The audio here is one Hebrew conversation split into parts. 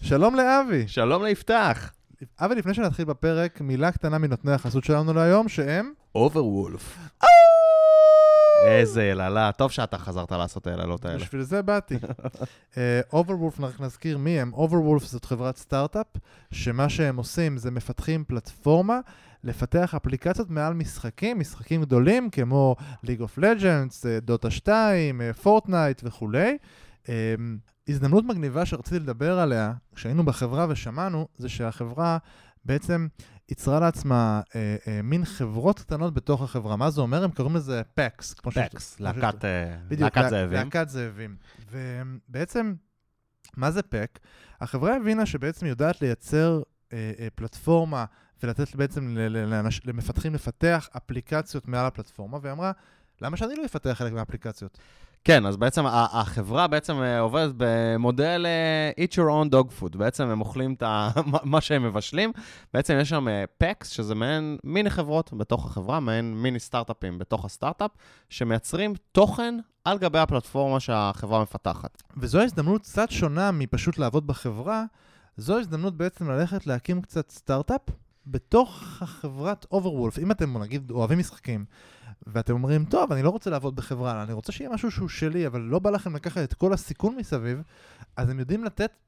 שלום לאבי. שלום ליפתח. אבי, לפני שנתחיל בפרק, מילה קטנה מנותני החסות שלנו להיום, שהם... אוברוולף. איזה יללה, טוב שאתה חזרת לעשות את היללות האלה. בשביל זה באתי. אוברוולף, נזכיר מי הם. אוברוולף זאת חברת סטארט-אפ, שמה שהם עושים זה מפתחים פלטפורמה, לפתח אפליקציות מעל משחקים גדולים, כמו League of Legends, Dota 2, Fortnite וכו'. הזדמנות מגניבה שרציתי לדבר עליה, כשהיינו בחברה ושמענו, זה שהחברה בעצם יצרה לעצמה מין חברות קטנות בתוך החברה. מה זה אומר? הם קוראים לזה פקס. פקס, להקת זאבים. להקת זאבים. ובעצם, מה זה פק? החברה הבינה שבעצם יודעת לייצר פלטפורמה, ולתת בעצם למפתחים לפתח אפליקציות מעל הפלטפורמה, והיא אמרה, למה שאני לא אפתח חלק מהאפליקציות? כן, אז בעצם החברה בעצם עובדת במודל eat your own dog food. בעצם הם אוכלים את מה שהם מבשלים. בעצם יש שם פקס, שזה מעין מיני חברות בתוך החברה, מעין מיני סטארט-אפים בתוך הסטארט-אפ, שמייצרים תוכן על גבי הפלטפורמה שהחברה מפתחת. וזו הזדמנות קצת שונה מפשוט לעבוד בחברה. זו הזדמנות בעצם ללכת להקים קצת סטארט-אפ בתוך החברת אוברוולף. אם אתם נגיד אוהבים משחקים, ואתם אומרים, טוב, אני לא רוצה לעבוד בחברה, אני רוצה שיהיה משהו שהוא שלי, אבל לא בא לכם לקחת את כל הסיכון מסביב, אז הם יודעים לתת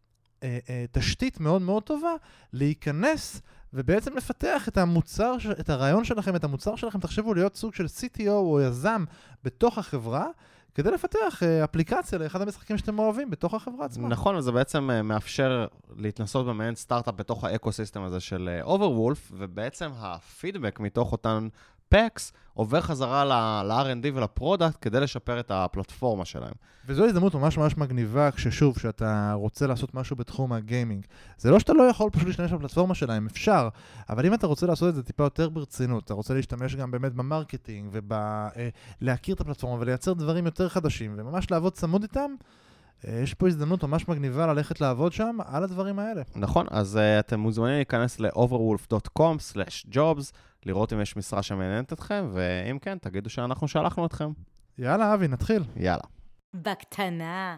תשתית מאוד מאוד טובה, להיכנס ובעצם לפתח את המוצר, את הרעיון שלכם, את המוצר שלכם, תחשבו להיות סוג של CTO או יזם בתוך החברה, כדי לפתח אפליקציה לאחד המשחקים שאתם אוהבים בתוך החברה עצמה. נכון, וזה בעצם מאפשר להתנסות במעין סטארט-אפ בתוך האקוסיסטם הזה של אוברוולף, ובעצם הפידבק מתוך אותן פקס עובר חזרה ל-R&D ולפרודקט כדי לשפר את הפלטפורמה שלהם. וזו הזדמנות ממש ממש מגניבה כששוב, שאתה רוצה לעשות משהו בתחום הגיימינג. זה לא שאתה לא יכול פשוט להשתמש בפלטפורמה שלהם, אפשר, אבל אם אתה רוצה לעשות את זה טיפה יותר ברצינות, אתה רוצה להשתמש גם באמת במרקטינג ולהכיר את הפלטפורמה ולייצר דברים יותר חדשים וממש לעבוד צמוד איתם, יש פה הזדמנות ממש מגניבה ללכת לעבוד שם על הדברים האלה. נכון, אז אתם מוזמנים להיכנס ל-overwolf.com/jobs, לראות אם יש משרה שמעניינת אתכם, ואם כן, תגידו שאנחנו שלחנו אתכם. יאללה, אבי, נתחיל. יאללה. בקטנה.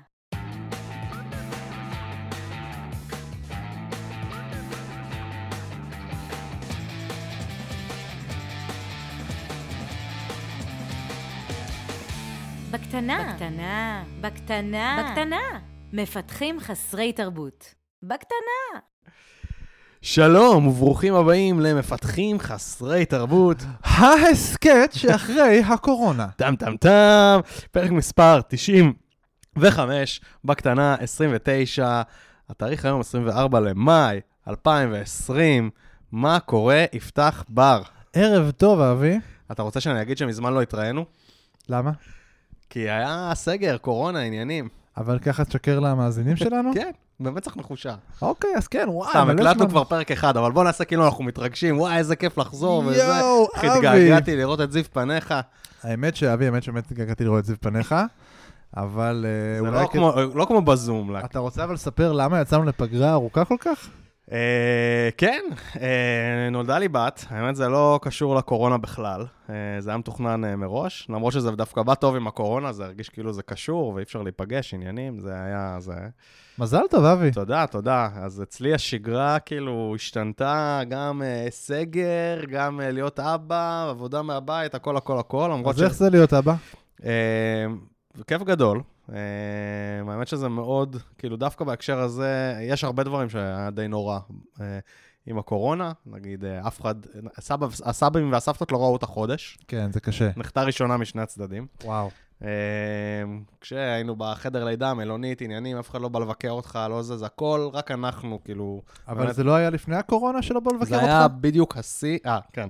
בקטנה. בקטנה. בקטנה. בקטנה. מפתחים חסרי תרבות. בקטנה. שלום וברוכים הבאים למפתחים חסרי תרבות. ההסקט שאחרי הקורונה. טם טם טם, פרק מספר 95, בקטנה 29, התאריך היום 24 למאי 2020, מה קורה? יפתח בר. ערב טוב, אבי. אתה רוצה שאני אגיד שמזמן לא התראינו? למה? כי היה סגר, קורונה, עניינים. אבל ככה תשקר למאזינים שלנו? כן, במצח נחושה. אוקיי, אז כן, וואי. סתם, הקלטנו כבר פרק אחד, אבל בוא נעשה כאילו אנחנו מתרגשים, וואי, איזה כיף לחזור וזה. יואו, אבי. התגעגעתי לראות את זיו פניך. האמת שאבי, באמת התגעגעתי לראות את זיו פניך, אבל... זה לא כמו בזום. אתה רוצה אבל לספר למה יצאנו לפגרה ארוכה כל כך? כן, נולדה לי בת, האמת זה לא קשור לקורונה בכלל, זה היה מתוכנן מראש, למרות שזה דווקא בא טוב עם הקורונה, זה הרגיש כאילו זה קשור ואי אפשר להיפגש, עניינים, זה היה... מזל טוב, אבי. תודה, תודה. אז אצלי השגרה כאילו השתנתה, גם סגר, גם להיות אבא, עבודה מהבית, הכל. אז איך זה להיות אבא? כיף גדול. האמת שזה מאוד, כאילו דווקא בהקשר הזה, יש הרבה דברים שהיה די נורא עם הקורונה, נגיד אף אחד, הסבים והסבתות לא ראו אותה חודש. כן, זה קשה. נחתה ראשונה משני הצדדים. וואו. כשהיינו בחדר לידה, מלונית, עניינים, אף אחד לא בא לבקר אותך, לא זה הכל, רק אנחנו, כאילו... אבל זה לא היה לפני הקורונה שלא בא לבקר אותך? זה היה בדיוק השיא, כן.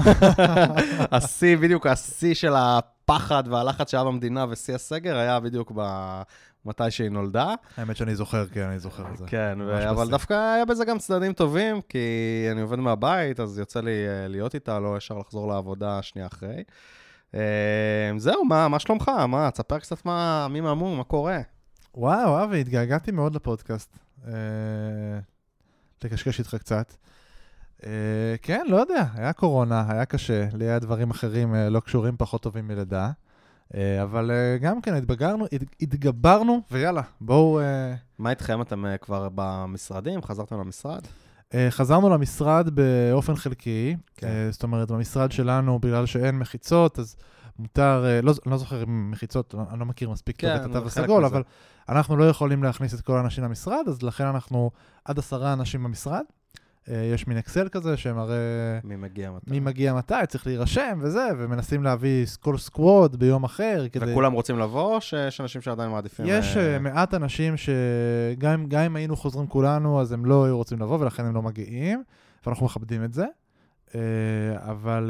בדיוק השיא של הפחד והלחץ שהיה במדינה ושיא הסגר, היה בדיוק מתי שהיא נולדה. האמת שאני זוכר, כן, אני זוכר את זה. כן, אבל דווקא היה בזה גם צדדים טובים, כי אני עובד מהבית, אז יוצא לי להיות איתה, לא ישר לחזור לעבודה שנייה אחרי. זהו, מה שלומך? תספר קצת מי מאמור, מה קורה? וואו, אבי, התגעגעתי מאוד לפודקאסט. לקשקש איתך קצת. כן, לא יודע, היה קורונה, היה קשה, לי היה דברים אחרים לא קשורים פחות טובים מלידה. אבל גם כן התגברנו, ויאללה, בואו... מה איתכם? אתם כבר במשרדים? חזרתם למשרד? חזרנו למשרד באופן חלקי, זאת אומרת, במשרד שלנו, בגלל שאין מחיצות, אז מותר, לא זוכר אם מחיצות, אני לא מכיר מספיק טוב את התו הסגול, אבל אנחנו לא יכולים להכניס את כל האנשים למשרד, אז לכן אנחנו עד 10 אנשים במשרד. יש מין אקסל כזה שמראה מי מגיע מתי, צריך להירשם וזה, ומנסים להביא כל סקווד ביום אחר. וכולם רוצים לבוא, או שיש אנשים שעדיין מעדיפים? יש מעט אנשים שגם אם היינו חוזרים כולנו, אז הם לא היו רוצים לבוא, ולכן הם לא מגיעים, ואנחנו מכבדים את זה. אבל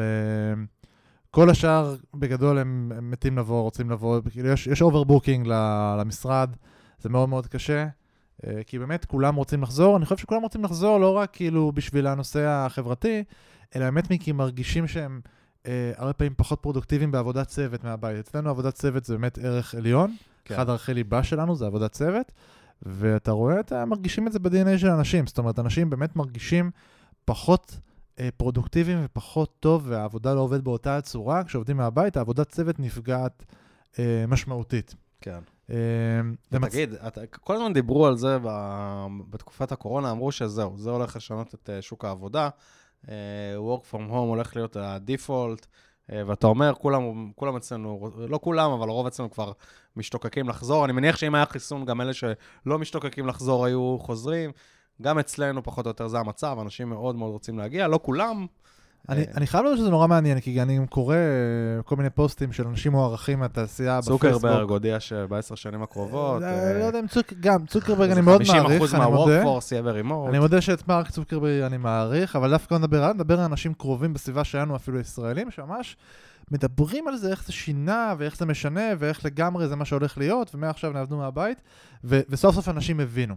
כל השאר בגדול הם מתים לבוא, רוצים לבוא, יש אוברבוקינג למשרד, זה מאוד מאוד קשה. כי באמת כולם רוצים לחזור, אני חושב שכולם רוצים לחזור לא רק כאילו בשביל הנושא החברתי, אלא באמת כי מרגישים שהם הרבה פעמים פחות פרודוקטיביים בעבודת צוות מהבית. אצלנו עבודת צוות זה באמת ערך עליון, אחד ערכי ליבה שלנו זה עבודת צוות, ואתה רואה, מרגישים את זה ב-DNA של אנשים, זאת אומרת, אנשים באמת מרגישים פחות פרודוקטיביים ופחות טוב, והעבודה לא עובד באותה הצורה, כשעובדים מהבית, העבודת צוות נפגעת משמעותית. כן. תגיד, כל הזמן דיברו על זה בתקופת הקורונה, אמרו שזהו, זה הולך לשנות את שוק העבודה, work from home הולך להיות הדיפולט, ואתה אומר, כולם אצלנו, לא כולם, אבל הרוב אצלנו כבר משתוקקים לחזור, אני מניח שאם היה חיסון, גם אלה שלא משתוקקים לחזור היו חוזרים, גם אצלנו פחות או יותר זה המצב, אנשים מאוד מאוד רוצים להגיע, לא כולם. אני חייב לדעת שזה נורא מעניין, כי אני קורא כל מיני פוסטים של אנשים מוערכים מהתעשייה בפייסבוק. צוקרברג הודיע שב10 שנים הקרובות. לא יודע אם גם צוקרברג אני מאוד מעריך. 50% מהוורקפורס יהיה ברימוט. אני מודה שאת מרק צוקרברג אני מעריך, אבל דווקא נדבר על אנשים קרובים בסביבה שלנו, אפילו ישראלים, שממש מדברים על זה, איך זה שינה, ואיך זה משנה, ואיך לגמרי זה מה שהולך להיות, ומעכשיו נעבדו מהבית, וסוף סוף אנשים הבינו.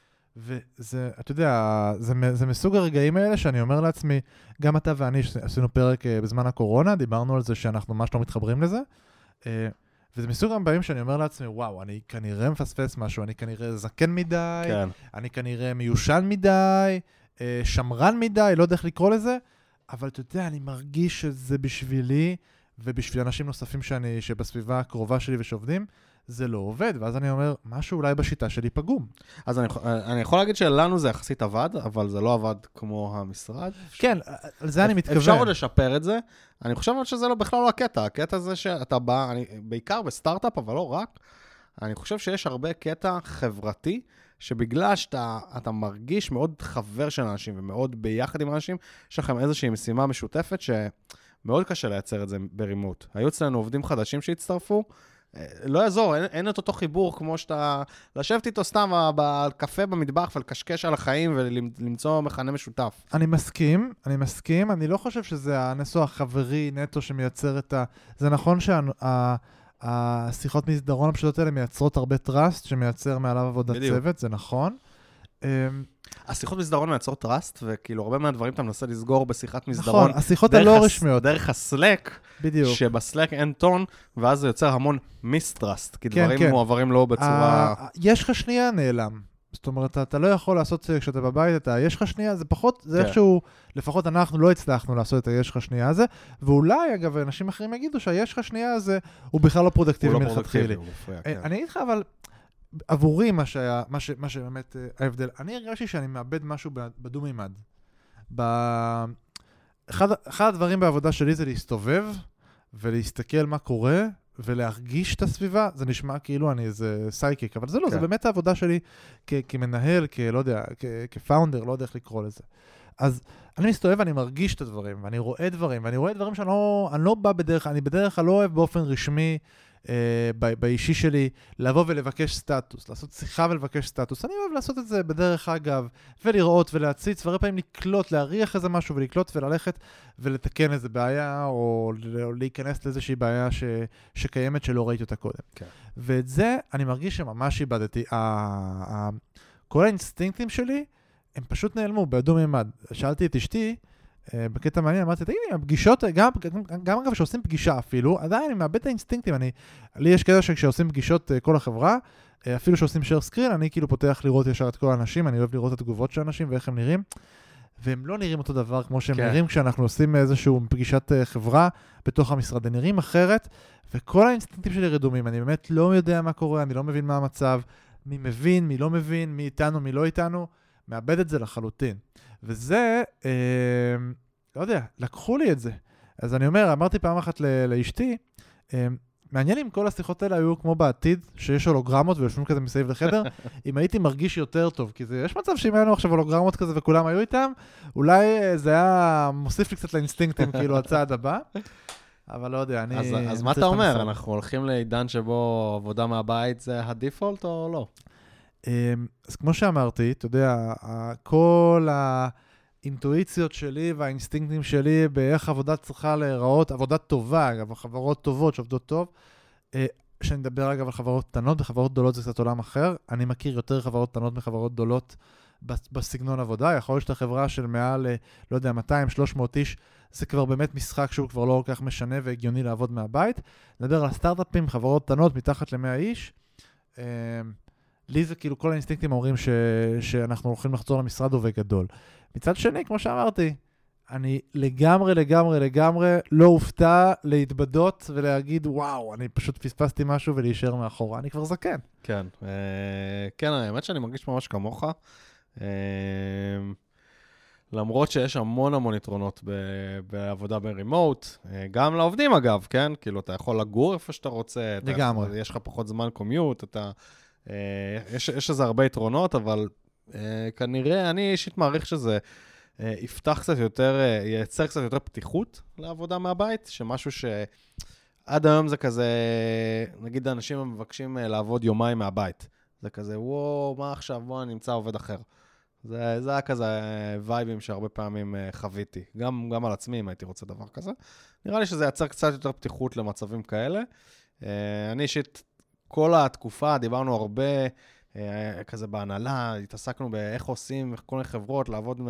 וזה, אתה יודע, זה מסוג הרגעים האלה שאני אומר לעצמי, גם אתה ואני עשינו פרק בזמן הקורונה, דיברנו על זה שאנחנו ממש לא מתחברים לזה, וזה מסוג הבאים שאני אומר לעצמי, וואו, אני כנראה מפספס משהו, אני כנראה זקן מדי, כן. אני כנראה מיושן מדי, שמרן מדי, לא יודע איך לקרוא לזה, אבל אתה יודע, אני מרגיש שזה בשבילי, ובשביל אנשים נוספים שבסביבה הקרובה שלי ושעובדים, זה לא עובד, ואז אני אומר, משהו אולי בשיטה שלי פגום. אז אני יכול להגיד שלנו זה יחסית עבד, אבל זה לא עבד כמו המשרד. כן, על זה אני מתכוון. אפשר עוד לשפר את זה. אני חושב שזה בכלל לא הקטע. הקטע זה שאתה בא, בעיקר בסטארט-אפ, אבל לא רק, אני חושב שיש הרבה קטע חברתי, שבגלל שאתה מרגיש מאוד חבר של אנשים, ומאוד ביחד עם אנשים, יש לכם איזושהי משימה משותפת, שמאוד קשה לייצר את זה ברימוט. היו אצלנו עובדים חדשים שהצטרפו, לא יעזור, אין את אותו חיבור כמו שאתה לשבת איתו סתם בקפה במטבח ולקשקש על החיים ולמצוא מכנה משותף. אני מסכים, אני לא חושב שזה הנסוע החברי נטו שמייצר את זה נכון שהשיחות מסדרון הפשוטות האלה מייצרות הרבה טראסט שמייצר מעליו עבודת צוות, זה נכון. השיחות מסדרון מייצרות טראסט, וכאילו הרבה מהדברים אתה מנסה לסגור בשיחת מסדרון. נכון, השיחות הלא רשמיות. דרך הסלק, בדיוק. שבסלק אין טון, ואז זה יוצר המון מיסטרסט, כי דברים מועברים לא בצורה... יש לך שנייה נעלם. זאת אומרת, אתה לא יכול לעשות כשאתה בבית, יש לך שנייה, זה פחות, זה איכשהו, לפחות אנחנו לא הצלחנו לעשות את היש לך שנייה הזה, ואולי, אגב, אנשים אחרים יגידו שהיש לך שנייה הזה, הוא בכלל לא פרודקטיבי מלכתחילה. אני אגיד לך, אבל עבורי מה שבאמת ההבדל, אני הרגשתי שאני מאבד משהו בדו-מימד. אחד הדברים בעבודה שלי זה להסתובב ולהסתכל מה קורה ולהרגיש את הסביבה. זה נשמע כאילו אני איזה סייקיק, אבל זה לא, זה באמת העבודה שלי כמנהל, לא יודע, כפאונדר, לא יודע איך לקרוא לזה. אז אני מסתובב ואני מרגיש את הדברים, ואני רואה דברים שאני לא בא בדרך, אני בדרך כלל לא אוהב באופן רשמי, באישי שלי, לבוא ולבקש סטטוס, לעשות שיחה ולבקש סטטוס. אני אוהב לעשות את זה בדרך אגב, ולראות ולהציץ, והרבה פעמים לקלוט, להריח איזה משהו ולקלוט וללכת ולתקן איזה בעיה, או להיכנס לאיזושהי בעיה שקיימת שלא ראיתי אותה קודם. כן. ואת זה אני מרגיש שממש איבדתי. כל האינסטינקטים שלי, הם פשוט נעלמו בידו מימד. שאלתי את אשתי, בקטע מעניין, אמרתי, תגידי, הפגישות, גם אגב שעושים פגישה אפילו, עדיין אני מאבד את האינסטינקטים, לי יש כזה שכשעושים פגישות כל החברה, אפילו שעושים share screen, אני כאילו פותח לראות ישר את כל האנשים, אני אוהב לראות את התגובות של האנשים ואיך הם נראים, והם לא נראים אותו דבר כמו שהם כן. נראים כשאנחנו עושים איזשהו פגישת חברה בתוך המשרד. הם נראים אחרת, וכל האינסטינקטים שלי רדומים. אני באמת לא יודע מה קורה, אני לא מבין מה המצב, מי מבין, מי לא מבין, מי איתנו, מי לא איתנו, מאבד את זה לחלוטין. וזה, לא יודע, לקחו לי את זה. אז אני אומר, אמרתי פעם אחת לאשתי, מעניין אם כל השיחות האלה היו כמו בעתיד, שיש הולוגרמות ויושבים כזה מסביב לחדר, אם הייתי מרגיש יותר טוב, כי יש מצב שאם היינו עכשיו הולוגרמות כזה וכולם היו איתם, אולי זה היה מוסיף לי קצת לאינסטינקטים, כאילו הצעד הבא, אבל לא יודע, אני... אז מה אתה אומר? אנחנו הולכים לעידן שבו עבודה מהבית זה הדיפולט או לא? אז כמו שאמרתי, אתה יודע, כל האינטואיציות שלי והאינסטינקטים שלי באיך עבודה צריכה להיראות, עבודה טובה, אגב, חברות טובות שעובדות טוב, שאני מדבר אגב על חברות קטנות, וחברות גדולות זה קצת עולם אחר, אני מכיר יותר חברות קטנות מחברות גדולות בסגנון עבודה, יכול להיות שאתה חברה של מעל, לא יודע, 200-300 איש, זה כבר באמת משחק שהוא כבר לא כל כך משנה והגיוני לעבוד מהבית. נדבר על הסטארט-אפים, חברות קטנות מתחת ל100 איש, לי זה כאילו כל האינסטינקטים אומרים שאנחנו הולכים לחזור למשרד ובגדול. מצד שני, כמו שאמרתי, אני לגמרי לא הופתע להתבדות ולהגיד, וואו, אני פשוט פספסתי משהו ולהישאר מאחורה. אני כבר זקן. כן, כן, האמת שאני מרגיש ממש כמוך. למרות שיש המון יתרונות בעבודה ברימוט, גם לעובדים אגב, כן? כאילו, אתה יכול לגור איפה שאתה רוצה. לגמרי. יש לך פחות זמן קומיוט, יש איזה הרבה יתרונות, אבל כנראה, אני אישית מעריך שזה יפתח קצת יותר, ייצר קצת יותר פתיחות לעבודה מהבית, שמשהו שעד היום זה כזה, נגיד האנשים מבקשים לעבוד יומיים מהבית. זה כזה, וואו, מה עכשיו? בוא, אני נמצא עובד אחר. זה היה כזה וייבים שהרבה פעמים חוויתי. גם על עצמי, אם הייתי רוצה דבר כזה. נראה לי שזה ייצר קצת יותר פתיחות למצבים כאלה. אני אישית, כל התקופה, דיברנו הרבה כזה בהנהלה, התעסקנו באיך עושים, כל מיני חברות,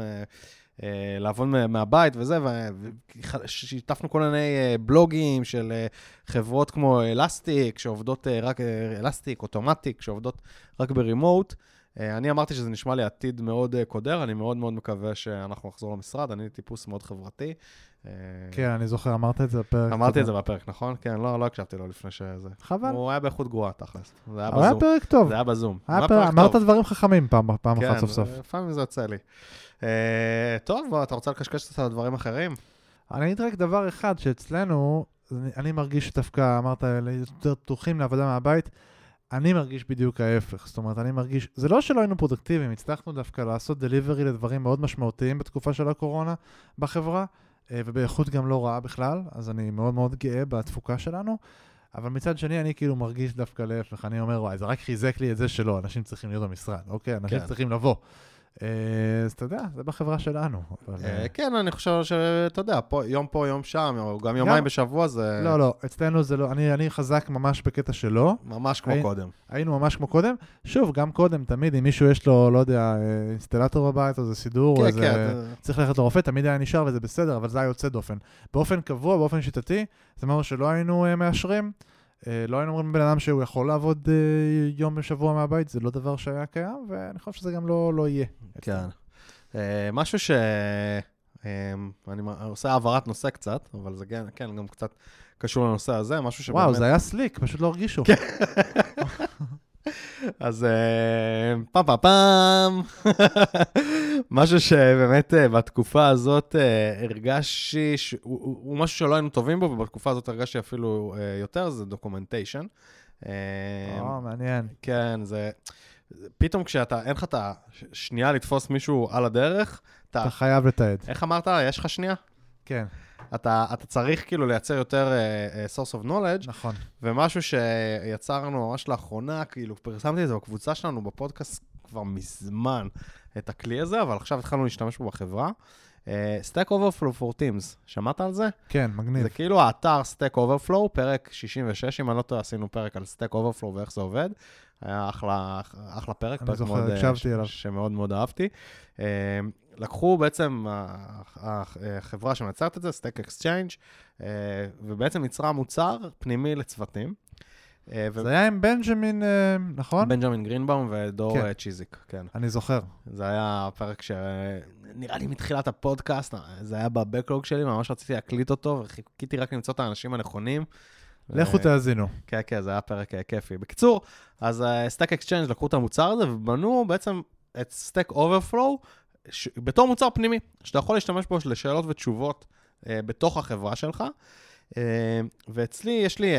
לעבוד מהבית וזה, ושיתפנו כל מיני בלוגים של חברות כמו אלסטיק, שעובדות רק, אלסטיק, אוטומטיק, שעובדות רק ברימוט. אני אמרתי שזה נשמע לי עתיד מאוד קודר, אני מאוד מקווה שאנחנו נחזור למשרד, אני טיפוס מאוד חברתי. כן, אני זוכר, אמרת את זה בפרק. אמרתי את זה בפרק, נכון? כן, לא הקשבתי לו לפני שזה. חבל. הוא היה באיכות גרועה, תכלס. הוא היה פרק טוב. זה היה בזום. אמרת דברים חכמים פעם אחת סוף סוף. כן, לפעמים זה יוצא לי. טוב, בוא, אתה רוצה לקשקש קצת על דברים אחרים? אני אגיד רק דבר אחד, שאצלנו, אני מרגיש שדווקא, אמרת, יותר פתוחים לעבודה מהבית, אני מרגיש בדיוק ההפך. זאת אומרת, אני מרגיש, זה לא שלא היינו פרודקטיביים, הצלחנו דווקא לעשות דליברי לדברים מאוד משמעותיים בתקופה של הקורונה בחברה, ובאיכות גם לא רעה בכלל, אז אני מאוד גאה בתפוקה שלנו, אבל מצד שני אני כאילו מרגיש דווקא להפך, אני אומר, וואי, זה רק חיזק לי את זה שלא, אנשים צריכים להיות במשרד, אוקיי? אנשים צריכים לבוא. אז אתה יודע, זה בחברה שלנו. כן, אני חושב שאתה יודע, יום פה, יום שם, או גם יומיים בשבוע זה... לא, אצלנו זה לא, אני חזק ממש בקטע שלו. ממש כמו קודם. היינו ממש כמו קודם. שוב, גם קודם, תמיד, אם מישהו יש לו, לא יודע, אינסטלטור בבית, או זה סידור, או צריך ללכת לרופא, תמיד היה נשאר וזה בסדר, אבל זה היה יוצא דופן. באופן קבוע, באופן שיטתי, זה אומר שלא היינו מאשרים, לא היינו אומרים בן אדם שהוא יכול לעבוד יום בשבוע מהבית, זה לא דבר שהיה קיים, ואני חושב שזה גם לא יהיה. כן. משהו אני עושה העברת נושא קצת, אבל זה כן גם קצת קשור לנושא הזה, משהו שבאמת... וואו, זה היה סליק, פשוט לא הרגישו. אז פעם, משהו שבאמת בתקופה הזאת הרגשתי, הוא משהו שלא היינו טובים בו, ובתקופה הזאת הרגשתי אפילו יותר, זה דוקומנטיישן. מעניין. כן, זה... פתאום כשאתה, אין לך את השנייה לתפוס מישהו על הדרך, אתה חייב לתעד. איך אמרת? יש לך שנייה? כן. אתה צריך כאילו לייצר יותר source of knowledge. נכון. ומשהו שיצרנו ממש לאחרונה, כאילו פרסמתי את זה בקבוצה שלנו בפודקאסט כבר מזמן את הכלי הזה, אבל עכשיו התחלנו להשתמש בו בחברה. Stack Overflow for Teams, שמעת על זה? כן, מגניב. זה כאילו האתר Stack Overflow, פרק 66, אם אני לא טועה, עשינו פרק על Stack Overflow ואיך זה עובד. היה אחלה פרק, אני זוכר, הקשבתי עליו. שמאוד אהבתי. לקחו בעצם החברה שמייצרת את זה, Stack Exchange, ובעצם יצרה מוצר פנימי לצוותים, זה היה עם בנג'מין, נכון? בנג'מין גרינבאום ודור כן. צ'יזיק, כן. אני זוכר. זה היה פרק שנראה לי מתחילת הפודקאסט, זה היה בבקלוג שלי, ממש רציתי להקליט אותו, וחיכיתי רק למצוא את האנשים הנכונים. לכו תאזינו. כן, כן, זה היה פרק כיפי. בקיצור, אז Stack Exchange לקחו את המוצר הזה, ובנו בעצם את Stack Overflow, בתור מוצר פנימי, שאתה יכול להשתמש בו לשאלות ותשובות בתוך החברה שלך. ואצלי יש לי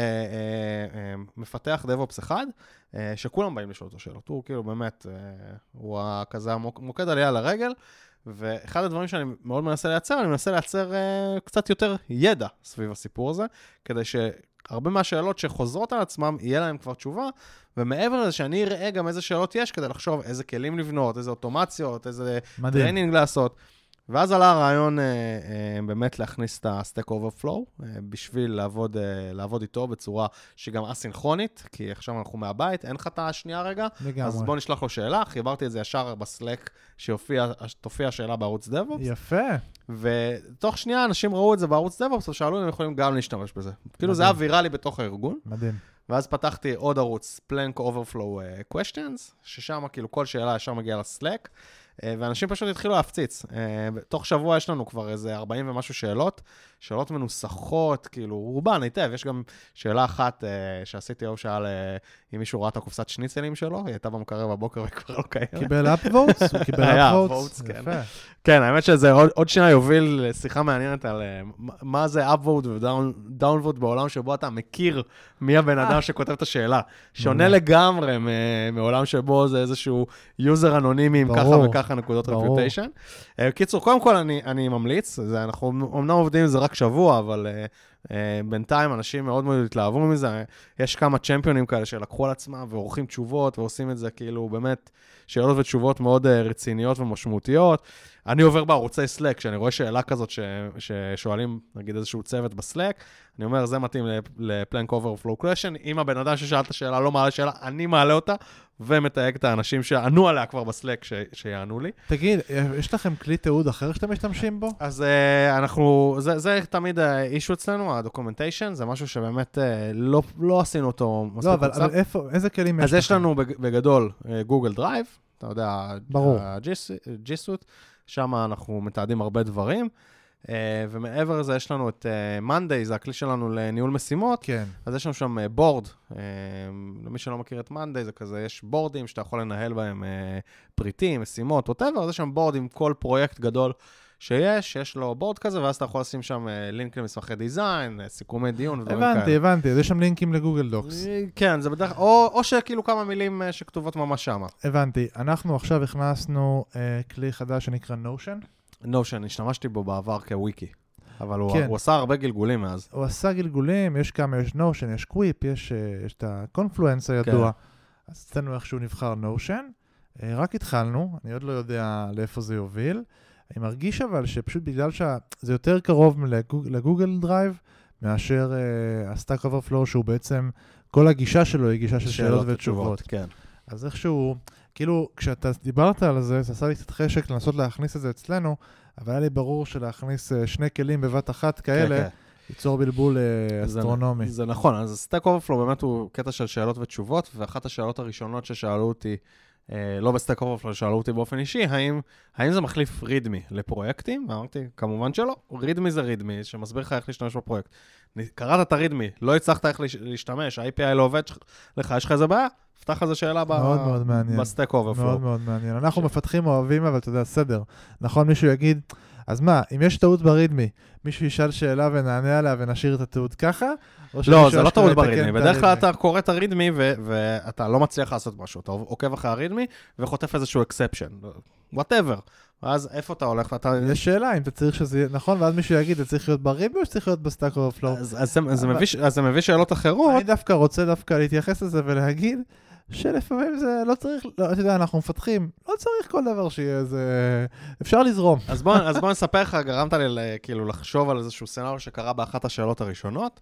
מפתח DevOps אחד, שכולם באים לשאול אותו שאלות. הוא כאילו באמת, הוא כזה מוקד עלייה לרגל, ואחד הדברים שאני מאוד מנסה לייצר, אני מנסה לייצר קצת יותר ידע סביב הסיפור הזה, כדי שהרבה מהשאלות שחוזרות על עצמם, יהיה להם כבר תשובה, ומעבר לזה שאני אראה גם איזה שאלות יש, כדי לחשוב איזה כלים לבנות, איזה אוטומציות, איזה טריינינג לעשות. ואז עלה הרעיון באמת להכניס את ה-Stack Overflow, בשביל לעבוד איתו בצורה שגם אסינכרונית, כי עכשיו אנחנו מהבית, אין לך את השנייה רגע, לגמרי. אז בוא נשלח לו שאלה, חיברתי את זה ישר בסלק, שתופיע שאלה בערוץ DevOps. יפה. ותוך שנייה אנשים ראו את זה בערוץ DevOps, ושאלו אם הם יכולים גם להשתמש בזה. כאילו זה היה ויראלי בתוך הארגון. מדהים. ואז פתחתי עוד ערוץ, Plank Overflow Questions, ששם כאילו כל שאלה ישר מגיעה לסלק, ואנשים פשוט התחילו להפציץ. תוך שבוע יש לנו כבר איזה 40 ומשהו שאלות מנוסחות, כאילו רובן היטב. יש גם שאלה אחת שעשיתי היום שאל אם מישהו ראה את הקופסת שניצלים שלו, היא הייתה במקרר בבוקר וכבר לא קיימת. קיבל אפ-ווטס? הוא קיבל אפ-ווטס? כן. כן, האמת שזה עוד שנייה יוביל לשיחה מעניינת על מה זה אפ-ווט ודאון-ווט בעולם שבו אתה מכיר מי הבן אדם שכותב את השאלה. שונה לגמרי מעולם שבו זה איזשהו יוזר אנונימי עם ככה וככה נקודות רפיוטיישן. קיצור, קודם כל אני ממליץ, אנחנו אמנם עובדים זה רק שבוע, אבל בינתיים אנשים מאוד מאוד התלהבו מזה. יש כמה צ'מפיונים כאלה שלקחו על עצמם ועורכים תשובות ועושים את זה כאילו באמת שאלות ותשובות מאוד רציניות ומשמעותיות. אני עובר בערוצי סלק, כשאני רואה שאלה כזאת ששואלים, נגיד איזשהו צוות בסלק, אני אומר, זה מתאים ל-Plank Overflow Question. אם הבן אדם ששאל את השאלה לא מעלה שאלה, אני מעלה אותה, ומתייג את האנשים שענו עליה כבר בסלק שיענו לי. תגיד, יש לכם כלי תיעוד אחר שאתם משתמשים בו? אז זה תמיד האישו אצלנו, הדוקומנטיישן, זה משהו שבאמת לא עשינו אותו מספיק. לא, אבל איזה כלים יש לכם? אז יש לנו בגדול גוגל דרייב, אתה יודע, G Suite, שם אנחנו מתעדים הרבה דברים, ומעבר לזה יש לנו את Monday, זה הכלי שלנו לניהול משימות, כן. אז יש לנו שם בורד, למי שלא מכיר את Monday, זה כזה, יש בורדים שאתה יכול לנהל בהם פריטים, משימות, whatever, אז יש שם בורד עם כל פרויקט גדול יש לו בורד כזה, ואז אתה יכול לשים שם לינק למסמכי דיזיין, סיכומי דיון ודברים כאלה. הבנתי, יש שם לינקים לגוגל דוקס. כן, זה בדרך, או שכאילו כמה מילים שכתובות ממש שם. הבנתי, אנחנו עכשיו הכנסנו כלי חדש שנקרא Notion. Notion, השתמשתי בו בעבר כוויקי, אבל הוא עשה הרבה גלגולים מאז. הוא עשה גלגולים, יש כמה, יש Notion, יש קוויפ, יש את הקונפלואנס הידוע. אז אצלנו איכשהו נבחר Notion, רק התחלנו, אני עוד לא יודע לאיפה זה יוביל. אני מרגיש אבל שפשוט בגלל שזה יותר קרוב לגוגל דרייב, מאשר ה-Stack Overflow, שהוא בעצם, כל הגישה שלו היא גישה של שאלות ותשובות. כן. אז איכשהו, כאילו, כשאתה דיברת על זה עשה לי קצת חשק לנסות להכניס את זה אצלנו, אבל היה לי ברור שלהכניס שני כלים בבת אחת כאלה, ייצור בלבול אסטרונומי. זה נכון, אז Stack Overflow באמת הוא קטע של שאלות ותשובות, ואחת השאלות הראשונות ששאלו אותי, לא בסטק אוברפלו, שאלו אותי באופן אישי, האם זה מחליף רידמי לפרויקטים? אמרתי, כמובן שלא. רידמי זה רידמי, שמסביר לך איך להשתמש בפרויקט. קראת את הרידמי, לא הצלחת איך להשתמש, ה-API לא עובד לך, יש לך איזה בעיה? פתח איזה שאלה בסטק אוברפלו. מאוד מאוד מעניין. אנחנו מפתחים אוהבים, אבל אתה יודע, סדר. נכון, מישהו יגיד, אז מה, אם יש טעות ברידמי, מישהו ישאל שאלה ונענה עליה ונשאיר את הטעות ככה? לא, זה לא טעות ברידמי. בדרך כלל אתה קורא את הרידמי ואתה לא מצליח לעשות משהו. אתה עוקב אחרי הרידמי וחוטף איזשהו אקספשן. whatever. ואז איפה אתה הולך? יש שאלה אם אתה צריך שזה יהיה נכון, ואז מישהו יגיד, זה צריך להיות ברידמי או שצריך להיות בסטאק אוברפלו? אז זה מביא שאלות אחרות. אני רוצה להתייחס לזה ולהגיד, שלפעמים זה לא צריך, אתה יודע, אנחנו מפתחים, לא צריך כל דבר שיהיה איזה, אפשר לזרום. אז בוא נספר לך, גרמת לי כאילו לחשוב על איזשהו סצנריו שקרה באחת השאלות הראשונות.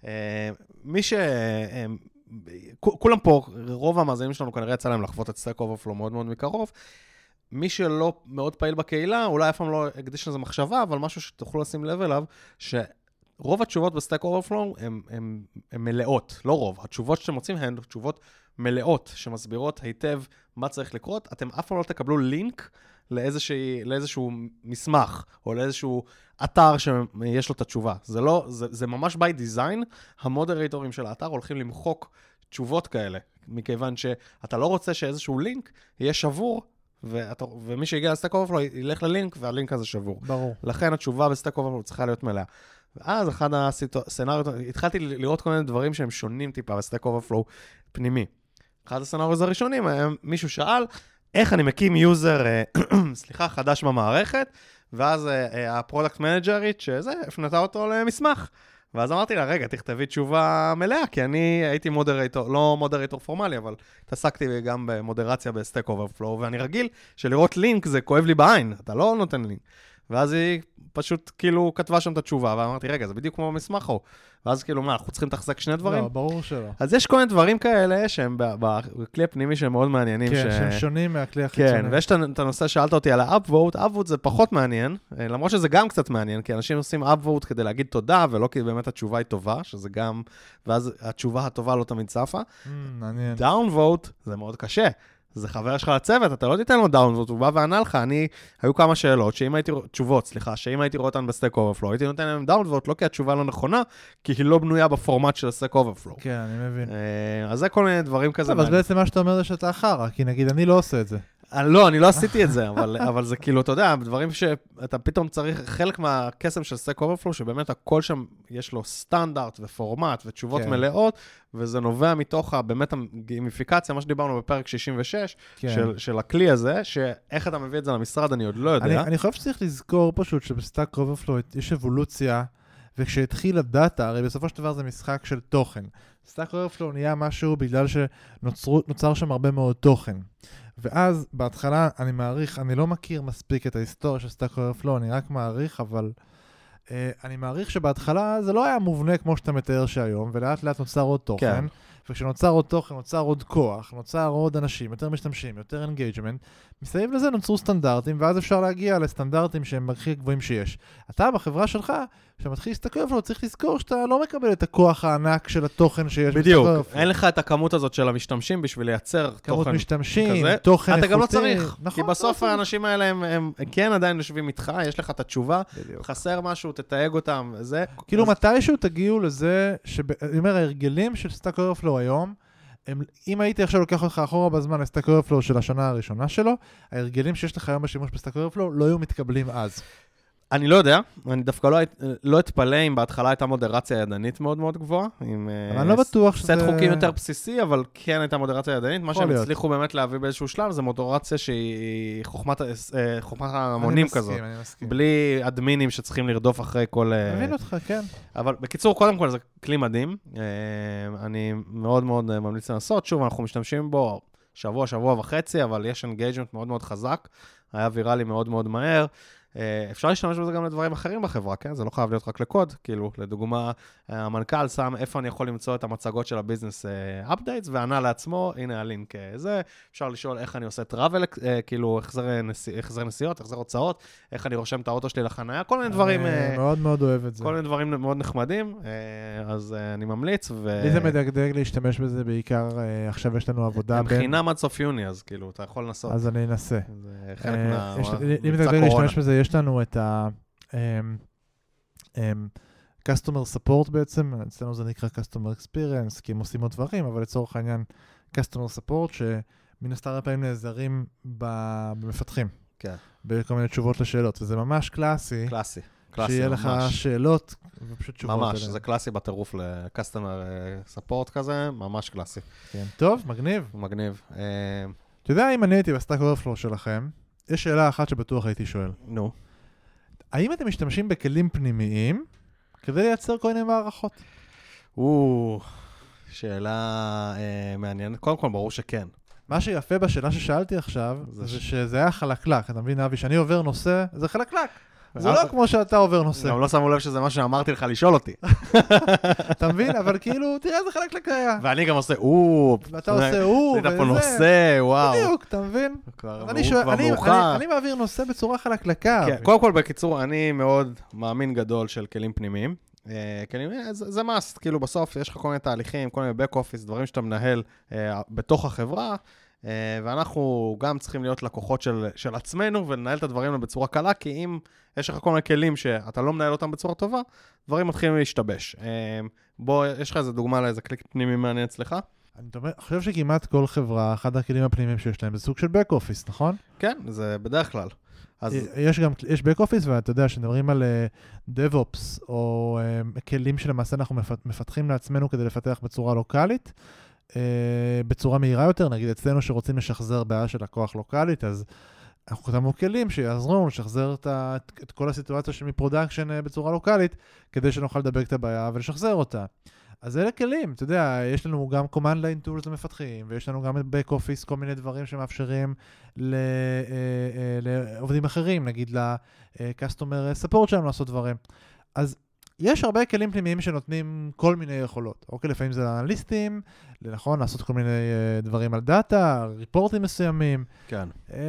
כולם פה, רוב המאזינים שלנו כנראה יצא להם לחוות את Stack Overflow מאוד מאוד מקרוב. מי שלא מאוד פעיל בקהילה, אולי אף פעם לא הקדיש לזה מחשבה, אבל משהו שתוכלו לשים לב אליו, רוב התשובות בסטק אוברפלואו הן מלאות, לא רוב. התשובות שאתם מוצאים הן תשובות מלאות, שמסבירות היטב מה צריך לקרות. אתם אף פעם לא תקבלו לינק לאיזשהו מסמך, או לאיזשהו אתר שיש לו את התשובה. זה ממש by design, המודרטורים של האתר הולכים למחוק תשובות כאלה, מכיוון שאתה לא רוצה שאיזשהו לינק יהיה שבור, ומי שהגיע לסטק אוברפלואו ילך ללינק, והלינק הזה שבור. ברור. לכן התשובה בסטק אוברפלואו צריכה להיות מלאה. ואז אחד הסצנריות, התחלתי לראות כל מיני דברים שהם שונים טיפה בסטק אוברפלואו פנימי. אחד הסצנריות הראשונים, מישהו שאל, איך אני מקים יוזר, חדש במערכת, ואז הפרודקט מנג'רית שזה, הפנתה אותו למסמך. ואז אמרתי לה, רגע, תכתבי תשובה מלאה, כי אני הייתי מודרטור, לא מודרטור פורמלי, אבל התעסקתי גם במודרציה בסטק אוברפלואו, ואני רגיל שלראות לינק זה כואב לי בעין, אתה לא נותן לינק. ואז היא פשוט כאילו כתבה שם את התשובה, ואמרתי, רגע, זה בדיוק כמו במסמך, ואז כאילו, מה, אנחנו צריכים לתחזק שני דברים? לא, ברור שלא. אז יש כל מיני דברים כאלה שהם בכלי הפנימי שהם מאוד מעניינים. כן, שהם שונים מהכלי החיצוני. כן, ויש את הנושא שאלת אותי על ה-upvote, upvote זה פחות מעניין, למרות שזה גם קצת מעניין, כי אנשים עושים upvote כדי להגיד תודה, ולא כי באמת התשובה היא טובה, שזה גם, ואז התשובה הטובה לא תמיד צפה. מעניין. downvote זה מאוד קשה. זה חבר שלך לצוות, אתה לא תיתן לו דאונבוט, הוא בא וענה לך, היו כמה שאלות, שאם הייתי רואה אותן בסטק אוברפלואו, הייתי נותן להם דאונבוט, לא כי התשובה לא נכונה, כי היא לא בנויה בפורמט של הסטק אוברפלואו. כן, אני מבין. אז זה כל מיני דברים כזה. אז בעצם מה שאתה אומר זה שאתה אחרה, כי נגיד אני לא עושה את זה. לא, אני לא עשיתי את זה, אבל זה כאילו, אתה יודע, דברים שאתה פתאום צריך, חלק מהקסם של סטק אוברפלואו, שבאמת הכל שם יש לו סטנדרט ופורמט ותשובות מלאות, וזה נובע מתוך באמת הגימיפיקציה, מה שדיברנו בפרק 66, של הכלי הזה, שאיך אתה מביא את זה למשרד, אני עוד לא יודע. אני חושב שצריך לזכור פשוט שבסטק אוברפלואו יש אבולוציה, וכשהתחיל הדאטה, הרי בסופו של דבר זה משחק של תוכן. סטק אוברפלואו נהיה משהו בגלל שנוצר שם הרבה מאוד תוכן. ואז בהתחלה אני מעריך, אני לא מכיר מספיק את ההיסטוריה של סטק אוברפלואו, אני רק מעריך, אבל אני מעריך שבהתחלה זה לא היה מובנה כמו שאתה מתאר שהיום, ולאט לאט נוצר עוד תוכן, כן. וכשנוצר עוד תוכן, נוצר עוד כוח, נוצר עוד אנשים, יותר משתמשים, יותר אינגייג'מנט, מסביב לזה נוצרו סטנדרטים, ואז אפשר להגיע לסטנדרטים שהם הכי גבוהים שיש. אתה בחברה שלך, כשמתחיל להסתכל עליו, צריך לזכור שאתה לא מקבל את הכוח הענק של התוכן שיש. בדיוק, אין לך את הכמות הזאת של המשתמשים בשביל לייצר תוכן כזה. כמות משתמשים, תוכן איכותי. אתה גם לא צריך, כי בסוף האנשים האלה הם כן עדיין יושבים איתך, יש לך את התשובה, חסר משהו, תתייג אותם, וזה. כאילו מתישהו תגיעו לזה, אני אומר, ההרגלים של סטק אוברפלואו היום, אם הייתי עכשיו לוקח אותך אחורה בזמן לסטק אוברפלואו של השנה הראשונה שלו, ההרגלים שיש לך היום בשימוש בסטק אוברפלואו לא היו מתקבלים אז. אני לא יודע, אני דווקא לא אתפלא אם בהתחלה הייתה מודרציה ידנית מאוד מאוד גבוהה. אני לא בטוח שזה... סט חוקים יותר בסיסי, אבל כן הייתה מודרציה ידנית. מה שהם הצליחו באמת להביא באיזשהו שלב, זה מודרציה שהיא חוכמת המונים כזאת. אני מסכים. בלי אדמינים שצריכים לרדוף אחרי כל... מבין אותך, כן. אבל בקיצור, קודם כל זה כלי מדהים. אני מאוד מאוד ממליץ לנסות. שוב, אנחנו משתמשים בו שבוע וחצי, אבל יש אינגייג'מנט מאוד מאוד חזק. היה ויראלי מאוד מאוד מהר. אפשר להשתמש בזה גם לדברים אחרים בחברה, כן? זה לא חייב להיות רק לקוד, כאילו, לדוגמה, המנכ"ל שם איפה אני יכול למצוא את המצגות של הביזנס updates, וענה לעצמו, הנה הלינק זה, אפשר לשאול איך אני עושה טראבל, כאילו, החזר נסיעות, החזר הוצאות, איך אני רושם את האוטו שלי לחנייה, כל מיני דברים... מאוד מאוד אוהב את זה. כל מיני דברים מאוד נחמדים, אז אני ממליץ, לי זה מדגדג להשתמש בזה בעיקר, עכשיו יש לנו עבודה בין... מבחינה עד סוף יוני, אז כאילו, אתה יכול לנסות. אז אני אנסה. זה חלק יש לנו את customer support בעצם, אצלנו זה נקרא customer experience, כי הם עושים עוד דברים, אבל לצורך העניין customer support, שמן הסתם הרבה פעמים נעזרים במפתחים. כן. בכל מיני תשובות לשאלות, וזה ממש קלאסי. קלאסי. שיהיה לך שאלות ופשוט תשובות. ממש, זה קלאסי בטירוף ל-customer support כזה, ממש קלאסי. כן, טוב, מגניב. מגניב. אתה יודע, אם אני הייתי בסטאק אוברפלואו שלכם, יש שאלה אחת שבטוח הייתי שואל. נו. האם אתם משתמשים בכלים פנימיים כדי לייצר כל מיני מערכות? שאלה מעניינת. קודם כל, ברור שכן. מה שיפה בשאלה ששאלתי עכשיו, זה שזה היה חלקלק. אתה מבין, אבי, שאני עובר נושא, זה חלקלק. זה לא כמו שאתה עובר נושא. גם לא שמו לב שזה מה שאמרתי לך לשאול אותי. אתה מבין? אבל כאילו, תראה איזה חלקלק היה. ואני גם עושה, ואתה עושה, עשית פה נושא, וואו. בדיוק, אתה מבין? אני מעביר נושא בצורה חלקלקה. קודם כל, בקיצור, אני מאוד מאמין גדול של כלים פנימיים. כלים, זה must, כאילו בסוף יש לך כל מיני תהליכים, כל מיני back office, דברים שאתה מנהל בתוך החברה, ואנחנו גם צריכים להיות לקוחות של עצמנו, ולנהל את הדברים בצורה קלה, כי אם יש לך כל מיני כלים שאתה לא מנהל אותם בצורה טובה, דברים מתחילים להשתבש. בוא, יש לך איזה דוגמה לאיזה קליק פנימי מעניין אצלך? אני חושב שכמעט כל חברה, אחד הכלים הפנימיים שיש להם, זה סוג של back office, נכון? כן, זה בדרך כלל. יש back office, ואתה יודע, כשנדברים על DevOps, או כלים שלמעשה אנחנו מפתחים לעצמנו כדי לפתח בצורה לוקלית, בצורה מהירה יותר, נגיד אצלנו שרוצים לשחזר בעיה של לקוח לוקלית, אז אנחנו כתבנו כלים שיעזרו לנו לשחזר את כל הסיטואציה של מפרודקשן בצורה לוקלית, כדי שנוכל לדבק את הבעיה ולשחזר אותה. אז אלה כלים, אתה יודע, יש לנו גם command line tools למפתחים, ויש לנו גם את back office, כל מיני דברים שמאפשרים לעובדים אחרים, נגיד ל-customer support שלנו לעשות דברים. אז יש הרבה כלים פנימיים שנותנים כל מיני יכולות. אוקיי, לפעמים זה לאנליסטים, נכון, לעשות כל מיני דברים על דאטה, ריפורטים מסוימים. כן.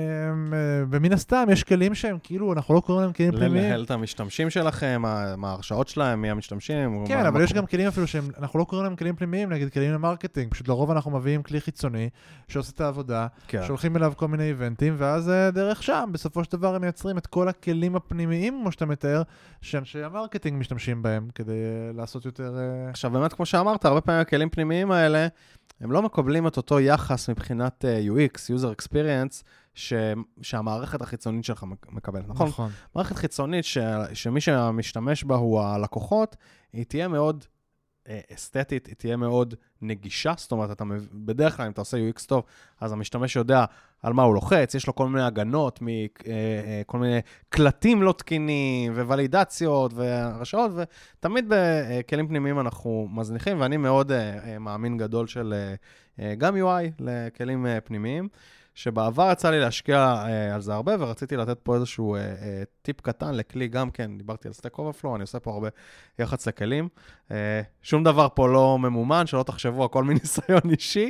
ומן הסתם יש כלים שהם כאילו, אנחנו לא קוראים להם כלים פנימיים. לנהל את המשתמשים שלכם, מה ההרשאות שלהם, מי המשתמשים. כן, אבל יש גם כלים אפילו שאנחנו לא קוראים להם כלים פנימיים, נגיד כלים למרקטינג. פשוט לרוב אנחנו מביאים כלי חיצוני שעושה את העבודה, שולחים אליו כל מיני איבנטים, ואז דרך שם, בסופו של דבר הם מייצרים את כל הכלים הפנימיים, כמו שאתה מתאר, שאנשי המרקטינג משתמשים בהם, כדי לעשות יותר... עכשיו, באמת, כמו שאמרת, הרבה פעמים הכלים פנימיים האלה, הם לא מקבלים את אותו יחס מבחינת UX, User Experience, שהמערכת החיצונית שלך מקבלת, נכון? נכון. מערכת חיצונית שמי שמשתמש בה הוא הלקוחות, היא תהיה מאוד אסתטית, היא תהיה מאוד נגישה, זאת אומרת, בדרך כלל אם אתה עושה UX טוב, אז המשתמש יודע על מה הוא לוחץ, יש לו כל מיני הגנות, כל מיני קלטים לא תקינים, וולידציות, והרשאות, ותמיד בכלים פנימיים אנחנו מזניחים, ואני מאוד מאמין גדול של גם UI לכלים פנימיים, שבעבר יצא לי להשקיע על זה הרבה, ורציתי לתת פה איזשהו טיפ קטן לכלי, גם כן, דיברתי על Stack Overflow, אני עושה פה הרבה יח"צ לכלים. שום דבר פה לא ממומן, שלא תחשבו, הכל מניסיון אישי.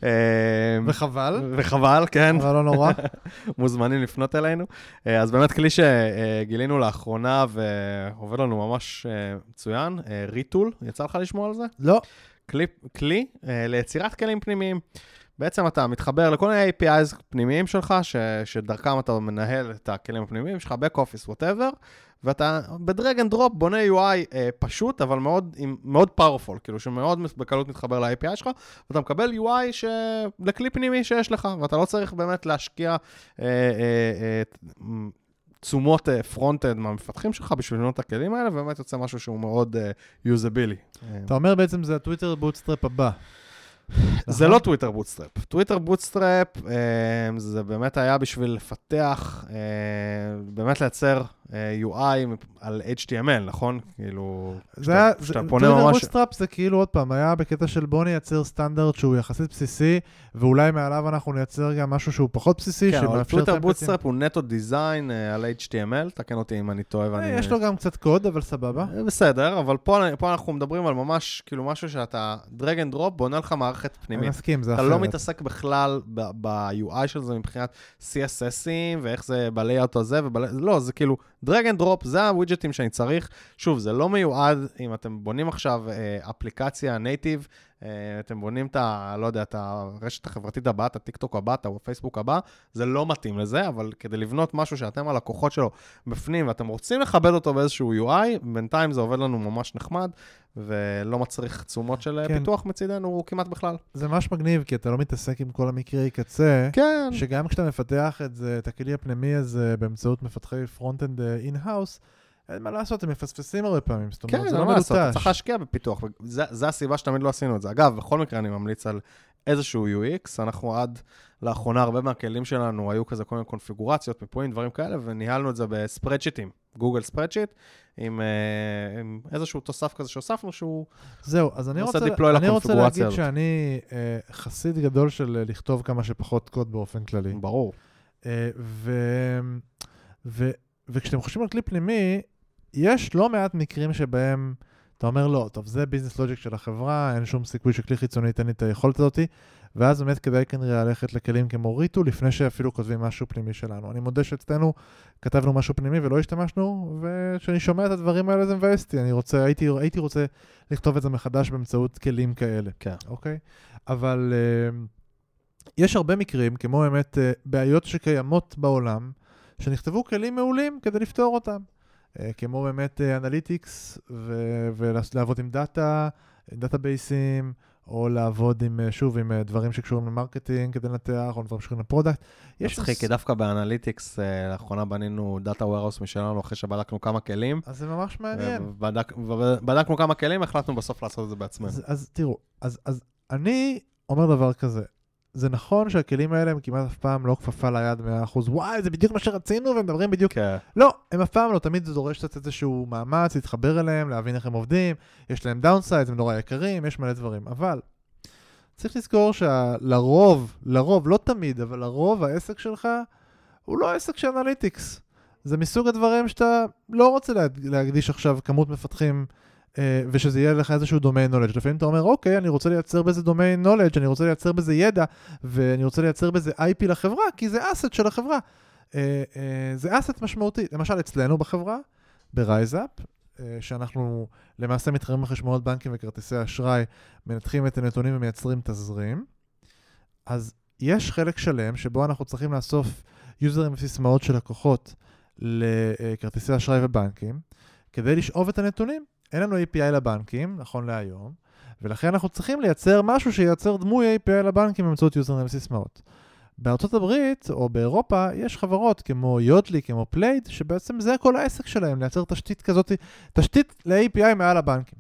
וחבל. וחבל, כן. אבל לא נורא. מוזמנים לפנות אלינו. אז באמת כלי שגילינו לאחרונה, ועובד לנו ממש מצוין, ריטול, יצא לך לשמוע על זה? לא. כלי ליצירת כלים פנימיים. בעצם אתה מתחבר לכל מיני APIs פנימיים שלך, שדרכם אתה מנהל את הכלים הפנימיים, יש לך back office, whatever, ואתה בדרג אנד דרופ בונה UI פשוט, אבל מאוד powerful, כאילו שמאוד בקלות מתחבר ל-API שלך, ואתה מקבל UI לכלי פנימי שיש לך, ואתה לא צריך באמת להשקיע תשומות פרונט-אנד מהמפתחים שלך בשביל לבנות את הכלים האלה, ובאמת יוצא משהו שהוא מאוד יוזבילי. אתה אומר בעצם זה הטוויטר בוטסטראפ הבא. זה לא טוויטר בוטסטראפ. טוויטר בוטסטראפ זה באמת היה בשביל לפתח, באמת לייצר UI על HTML, נכון? כאילו, טוויטר בוטסטראפ זה כאילו עוד פעם, היה בקטע של בוא נייצר סטנדרט שהוא יחסית בסיסי, ואולי מעליו אנחנו נייצר גם משהו שהוא פחות בסיסי. כן, אבל טוויטר בוטסטראפ הוא נטו דיזיין על HTML, תקן אותי אם אני טועה. יש לו גם קצת קוד, אבל סבבה. בסדר, אבל פה אנחנו מדברים על ממש, כאילו משהו שאתה דרג אנד דרופ, בונה לך מערכת פנימית. אני מסכים, זה אחרת. אתה לא מתעסק בכלל ב-UI של זה מבחינת CSSים, ואיך זה ב-layout הזה, לא, זה כאילו דרג אנד דרופ, זה הווידג'טים שאני צריך. שוב, זה לא מיועד, אם אתם בונים עכשיו אפליקציה נייטיב, אתם בונים לא יודע, את הרשת החברתית הבאה, את הטיקטוק הבא, את הפייסבוק הבא, זה לא מתאים לזה, אבל כדי לבנות משהו שאתם הלקוחות שלו בפנים, ואתם רוצים לכבד אותו באיזשהו UI, בינתיים זה עובד לנו ממש נחמד, ולא מצריך תשומות של פיתוח מצידנו כמעט בכלל. זה ממש מגניב, כי אתה לא מתעסק עם כל המקרי קצה, כן. שגם כשאתה מפתח את הכלי הפנימי הזה באמצעות מפתחי פרונט-אנד אין-האוס, אין מה לעשות, הם מפספסים הרבה פעמים. כן, זה לא מה לעשות, אתה צריך להשקיע בפיתוח, זה הסיבה שתמיד לא עשינו את זה. אגב, בכל מקרה אני ממליץ על איזשהו UX, אנחנו עד לאחרונה הרבה מהכלים שלנו היו כזה כל מיני קונפיגורציות, מיפויים, דברים כאלה, וניהלנו את זה בספרדשיטים, גוגל ספרדשיט, עם איזשהו תוסף כזה שהוספנו שהוא זהו, אז אני רוצה להגיד שאני חסיד גדול של לכתוב כמה שפחות קוד באופן כללי. ברור. וכשאתם חושבים על כלי פנימי, יש לא מעט מקרים שבהם אתה אומר לא, טוב, זה ביזנס לוג'יק של החברה, אין שום סיכוי שכלי חיצוני ייתן לי את היכולת הזאת, ואז באמת כדאי כנראה ללכת לכלים כמו ריטו, לפני שאפילו כותבים משהו פנימי שלנו. אני מודה שאצלנו כתבנו משהו פנימי ולא השתמשנו, וכשאני שומע את הדברים האלה זה מבאס אותי. הייתי רוצה לכתוב את זה מחדש באמצעות כלים כאלה. כן. אוקיי? אבל יש הרבה מקרים, כמו באמת בעיות שקיימות בעולם, שנכתבו כלים מעולים כדי לפתור אותם. כמו באמת אנליטיקס, ולעבוד עם דאטאבייסים, או לעבוד עם, שוב, עם דברים שקשורים למרקטינג כדי לנתח, או דברים שקשורים לפרודקט. מצחיק, כי דווקא באנליטיקס, לאחרונה בנינו דאטה ווירהאוס משלנו, אחרי שבדקנו כמה כלים. אז זה ממש מעניין. בדקנו כמה כלים, החלטנו בסוף לעשות את זה בעצמנו. אז תראו, אז אני אומר דבר כזה, זה נכון שהכלים האלה הם כמעט אף פעם לא כפפה ליד 100%, וואי, זה בדיוק מה שרצינו, והם מדברים בדיוק. לא, הם אף פעם לא, תמיד זה דורש קצת איזשהו מאמץ, להתחבר אליהם, להבין איך הם עובדים, יש להם דאונסייד, הם נורא יקרים, יש מלא דברים, אבל צריך לזכור שלרוב, לא תמיד, אבל לרוב העסק שלך הוא לא עסק של אנליטיקס. זה מסוג הדברים שאתה לא רוצה להקדיש עכשיו כמות מפתחים, ושזה יהיה לך איזשהו domain knowledge. לפעמים אתה אומר, אוקיי, אני רוצה לייצר בזה domain knowledge, אני רוצה לייצר בזה ידע, ואני רוצה לייצר בזה IP לחברה, כי זה asset של החברה. זה asset משמעותי. למשל, אצלנו בחברה, ב-RiseUp, שאנחנו למעשה מתחרים בחשבונות בנקים וכרטיסי אשראי, מנתחים את הנתונים ומייצרים תזרים, אז יש חלק שלם שבו אנחנו צריכים לאסוף יוזרים וסיסמאות של לקוחות לכרטיסי אשראי ובנקים, כדי לשאוב את הנתונים. אין לנו API לבנקים, נכון להיום, ולכן אנחנו צריכים לייצר משהו שייצר דמוי API לבנקים באמצעות יוזרים וסיסמאות. בארצות הברית או באירופה יש חברות כמו יודלי, כמו פלייד, שבעצם זה כל העסק שלהם, לייצר תשתית כזאת, תשתית ל-API מעל הבנקים.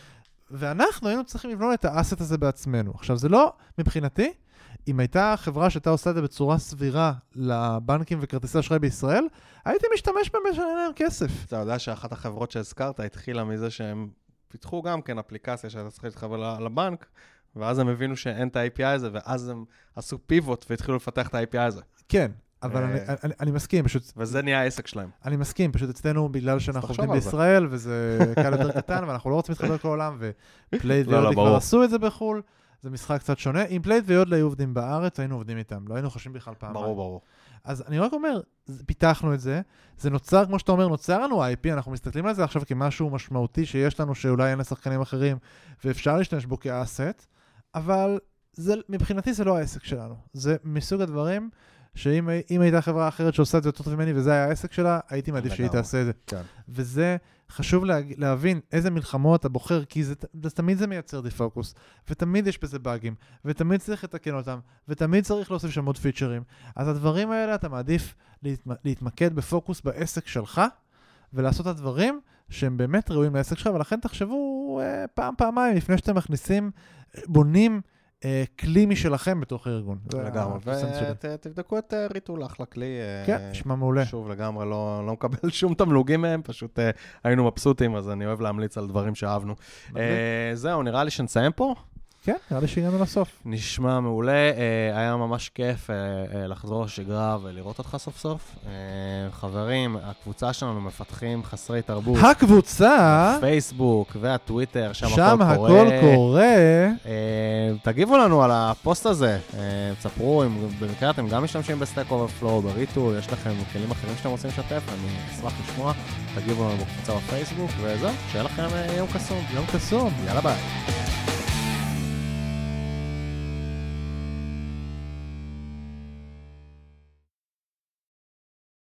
ואנחנו היינו צריכים לבנות את האסט הזה בעצמנו. עכשיו, זה לא מבחינתי, אם הייתה חברה שהייתה עושה את זה בצורה סבירה לבנקים וכרטיסי אשראי בישראל, הייתי משתמש במשלם להם כסף. אתה יודע שאחת החברות שהזכרת התחילה מזה שהם פיתחו גם כן אפליקציה שהייתה צריכה להתחבר לבנק, ואז הם הבינו שאין את ה-API הזה, ואז הם עשו פיבוט והתחילו לפתח את ה-API הזה. כן, אבל אני מסכים, פשוט... וזה נהיה העסק שלהם. אני מסכים, פשוט אצלנו, בגלל שאנחנו עובדים בישראל, וזה קל יותר קטן, ואנחנו לא רוצים להתחבר כל העולם, ופלייד ויודלי כבר עשו את זה בחול, זה משחק קצת שונה. אם פלייד ויודלי היו עובדים בארץ, היינו עובדים איתם, לא היינו חושבים בכלל פעם. ברור. אז אני רק אומר, פיתחנו את זה, זה נוצר, כמו שאתה אומר, נוצר לנו IP, אנחנו מסתכלים על זה עכשיו כמשהו משמעותי שיש לנו, שאולי אין לשחקנים אחרים, ואפשר להשתמש בו כאסט, אבל מבחינתי זה לא העסק שלנו. זה מסוג הדברים שאם הייתה חברה אחרת שעושה את זה יותר טוב ממני, וזה היה העסק שלה, הייתי מעדיף שהיא תעשה את זה. כן. וזה חשוב להבין איזה מלחמות אתה בוחר, כי תמיד זה מייצר דיפוקוס, ותמיד יש בזה באגים, ותמיד צריך לתקן אותם, ותמיד צריך להוסיף שם עוד פיצ'רים. אז הדברים האלה אתה מעדיף להתמקד בפוקוס בעסק שלך, ולעשות את הדברים שהם באמת ראויים לעסק שלך, ולכן תחשבו פעמיים לפני שאתם מכניסים, בונים כלי משלכם בתוך הארגון. לגמרי, ותבדקו את ריטו אחלה כלי. כן, נשמע מעולה. שוב, לגמרי, לא מקבל שום תמלוגים מהם, פשוט היינו מבסוטים, אז אני אוהב להמליץ על דברים שאהבנו. זהו, נראה לי שנסיים פה. כן, נראה לי שהגענו לסוף. נשמע מעולה, היה ממש כיף לחזור לשגרה ולראות אותך סוף סוף. חברים, הקבוצה שלנו מפתחים חסרי תרבות. הקבוצה? הפייסבוק והטוויטר, שם הכל קורה. תגיבו לנו על הפוסט הזה, תספרו אם במקרה אתם גם משתמשים בסטק אוברפלואו, בריטו, יש לכם כלים אחרים שאתם רוצים לשתף, אני אשמח לשמוע, תגיבו לנו בקבוצה בפייסבוק, וזהו, שיהיה לכם יום קסום. יום קסום. יאללה ביי.